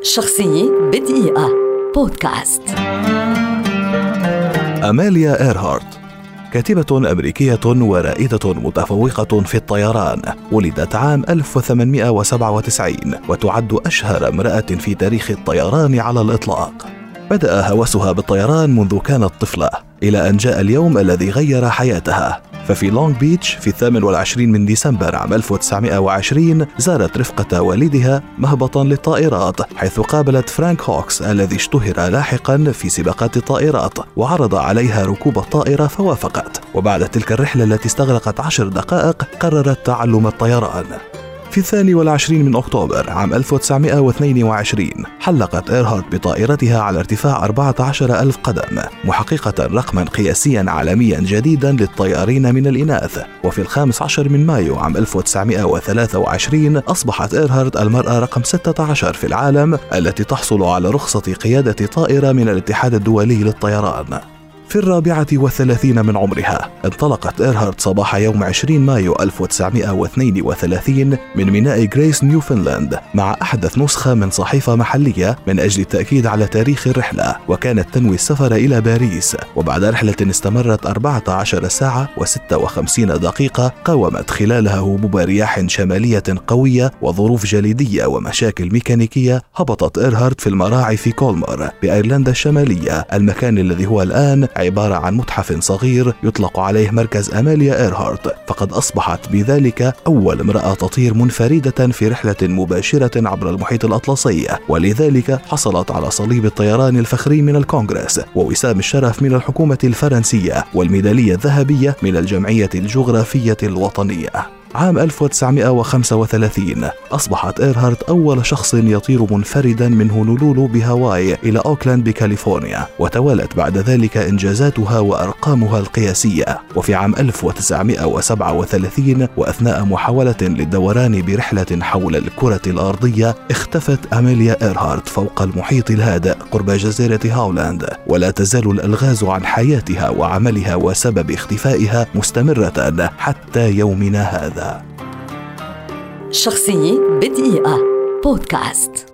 شخصية بدقيقة بودكاست. أماليا إيرهارت كاتبة أمريكية ورائدة متفوقة في الطيران، ولدت عام 1897 وتعد أشهر امرأة في تاريخ الطيران على الإطلاق. بدأ هوسها بالطيران منذ كانت طفلة، إلى أن جاء اليوم الذي غير حياتها. ففي لونغ بيتش في 28 من ديسمبر عام 1920 زارت رفقة والدها مهبطا للطائرات، حيث قابلت فرانك هوكس الذي اشتهر لاحقا في سباقات الطائرات، وعرض عليها ركوب الطائرة فوافقت. وبعد تلك الرحلة التي استغرقت 10 دقائق قررت تعلم الطيران. في 22 من أكتوبر عام 1922 حلقت إيرهارت بطائرتها على ارتفاع 14,000 قدم، محققة رقما قياسيا عالميا جديدا للطيارين من الإناث. وفي 15 من مايو عام 1923 أصبحت إيرهارت المرأة رقم 16 في العالم التي تحصل على رخصة قيادة طائرة من الاتحاد الدولي للطيران. في 34 من عمرها انطلقت إيرهارت صباح يوم 20 مايو 1932 من ميناء غريس نيوفنلاند مع أحدث نسخة من صحيفة محلية من أجل التأكيد على تاريخ الرحلة، وكانت تنوي السفر إلى باريس. وبعد رحلة استمرت 14 ساعة و56 دقيقة قاومت خلالها هبوب رياح شمالية قوية وظروف جليدية ومشاكل ميكانيكية، هبطت إيرهارت في المراعي في كولمر بأيرلندا الشمالية، المكان الذي هو الآن عبارة عن متحف صغير يطلق عليه مركز أماليا إيرهارت. فقد أصبحت بذلك أول امرأة تطير منفردة في رحلة مباشرة عبر المحيط الأطلسي، ولذلك حصلت على صليب الطيران الفخري من الكونغرس، ووسام الشرف من الحكومة الفرنسية، والميدالية الذهبية من الجمعية الجغرافية الوطنية. عام 1935 أصبحت إيرهارت أول شخص يطير منفردا من هونولولو بهاواي إلى أوكلاند بكاليفورنيا، وتوالت بعد ذلك إنجازاتها وأرقامها القياسية. وفي عام 1937 وأثناء محاولة للدوران برحلة حول الكرة الأرضية اختفت أماليا إيرهارت فوق المحيط الهادئ قرب جزيرة هاولاند، ولا تزال الألغاز عن حياتها وعملها وسبب اختفائها مستمرة حتى يومنا هذا. شخصية بدقيقة بودكاست.